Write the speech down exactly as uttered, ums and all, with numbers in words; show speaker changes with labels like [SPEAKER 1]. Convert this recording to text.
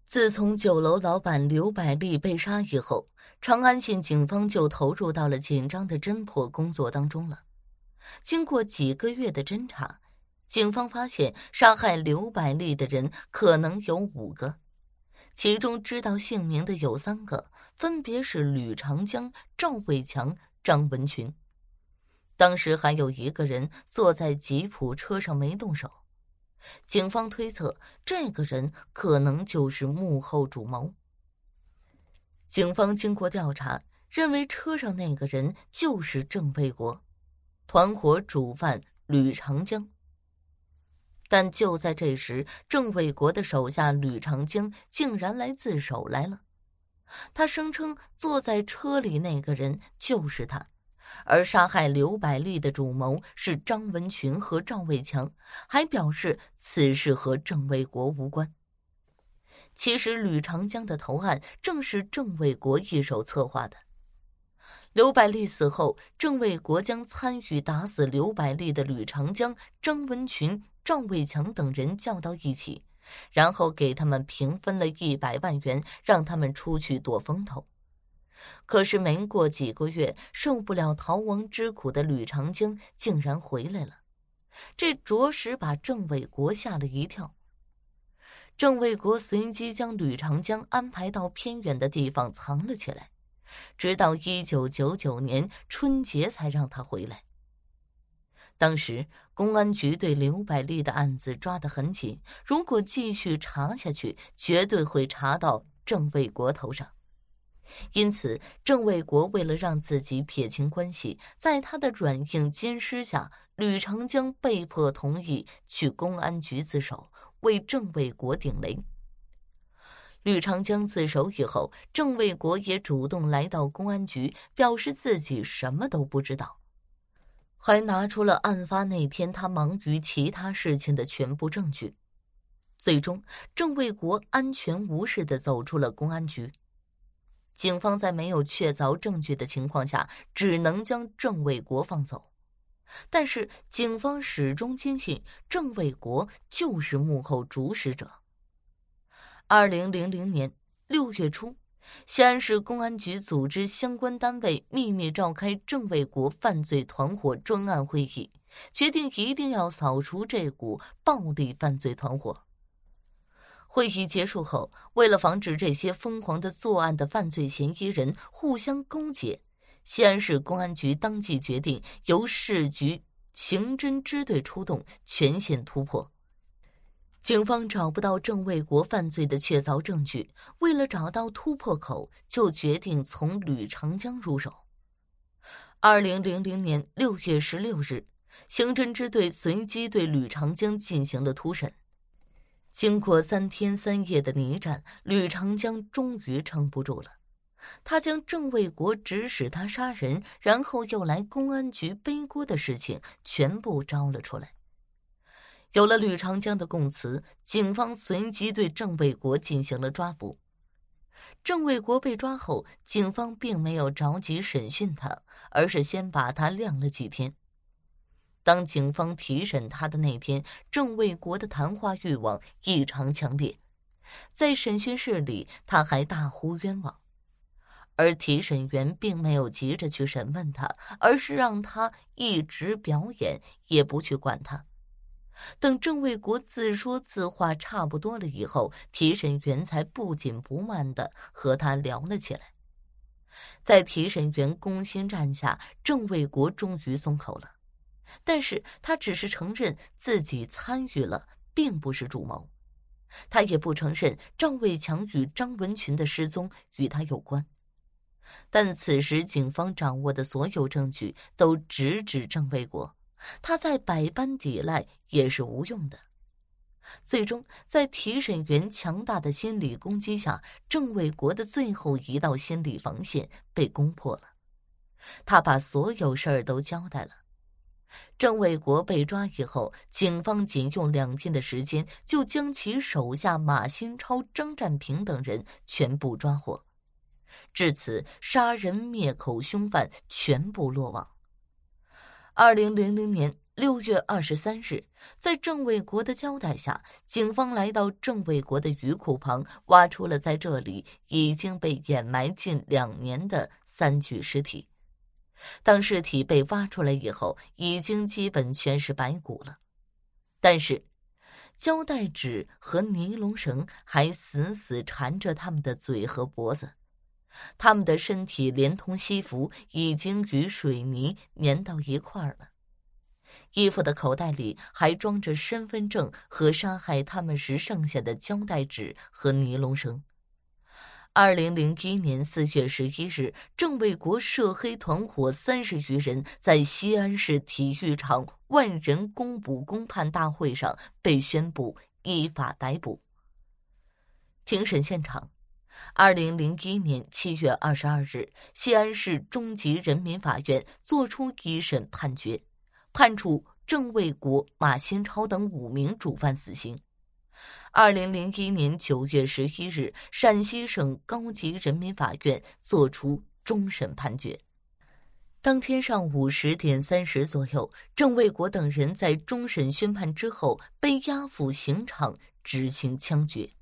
[SPEAKER 1] 自从酒楼老板刘百丽被杀以后，长安县警方就投入到了紧张的侦破工作当中了。经过几个月的侦查，警方发现杀害刘百丽的人可能有五个，其中知道姓名的有三个，分别是吕长江、赵伟强、张文群。当时还有一个人坐在吉普车上没动手。警方推测，这个人可能就是幕后主谋。警方经过调查，认为车上那个人就是郑卫国，团伙主犯吕长江。但就在这时，郑卫国的手下吕长江竟然来自首来了。他声称坐在车里那个人就是他，而杀害刘百丽的主谋是张文群和赵伟强，还表示此事和郑卫国无关。其实吕长江的投案正是郑卫国一手策划的。刘百丽死后，郑卫国将参与打死刘百丽的吕长江、张文群、赵伟强等人叫到一起，然后给他们平分了一百万元，让他们出去躲风头。可是没过几个月，受不了逃亡之苦的吕长江竟然回来了，这着实把郑卫国吓了一跳。郑卫国随即将吕长江安排到偏远的地方藏了起来，直到一九九九年春节才让他回来。当时公安局对刘百丽的案子抓得很紧，如果继续查下去，绝对会查到郑卫国头上。因此郑卫国为了让自己撇清关系，在他的软硬兼施下，吕长江被迫同意去公安局自首，为郑卫国顶雷。吕长江自首以后，郑卫国也主动来到公安局，表示自己什么都不知道，还拿出了案发那天他忙于其他事情的全部证据。最终郑卫国安全无事地走出了公安局。警方在没有确凿证据的情况下，只能将郑卫国放走。但是警方始终坚信郑卫国就是幕后主使者。二零零零年六月初，西安市公安局组织相关单位秘密召开郑卫国犯罪团伙专案会议，决定一定要扫除这股暴力犯罪团伙。会议结束后，为了防止这些疯狂的作案的犯罪嫌疑人互相勾结，西安市公安局当即决定由市局刑侦支队出动，全线突破。警方找不到郑卫国犯罪的确凿证据，为了找到突破口，就决定从吕长江入手。二零零零年六月十六日，刑侦支队随机对吕长江进行了突审。经过三天三夜的泥战，吕长江终于撑不住了。他将郑卫国指使他杀人，然后又来公安局背锅的事情全部招了出来。有了吕长江的供词，警方随即对郑卫国进行了抓捕。郑卫国被抓后，警方并没有着急审讯他，而是先把他晾了几天。当警方提审他的那天，郑卫国的谈话欲望异常强烈，在审讯室里他还大呼冤枉，而提审员并没有急着去审问他，而是让他一直表演，也不去管他。等郑卫国自说自话差不多了以后，提审员才不紧不慢地和他聊了起来。在提审员攻心战下，郑卫国终于松口了，但是他只是承认自己参与了，并不是主谋。他也不承认赵卫强与张文群的失踪与他有关。但此时警方掌握的所有证据都直指郑卫国，他再百般抵赖也是无用的。最终在提审员强大的心理攻击下，郑卫国的最后一道心理防线被攻破了。他把所有事儿都交代了。郑卫国被抓以后，警方仅用两天的时间就将其手下马新超、张占平等人全部抓获。至此，杀人灭口凶犯全部落网。二零零零年六月二十三日，在郑卫国的交代下，警方来到郑卫国的鱼库旁，挖出了在这里已经被掩埋近两年的三具尸体。当尸体被挖出来以后，已经基本全是白骨了，但是胶带纸和尼龙绳还死死缠着他们的嘴和脖子，他们的身体连同西服已经与水泥粘到一块儿了。衣服的口袋里还装着身份证和杀害他们时剩下的胶带纸和尼龙绳。二零零一年四月十一日，郑卫国涉黑团伙三十余人在西安市体育场万人公捕公判大会上被宣布依法逮捕。庭审现场，二零零一年七月二十二日，西安市中级人民法院作出一审判决，判处郑卫国、马新超等五名主犯死刑。二零零一年九月十一日，陕西省高级人民法院作出终审判决。当天上午十点三十左右，郑卫国等人在终审宣判之后被押赴刑场执行枪决。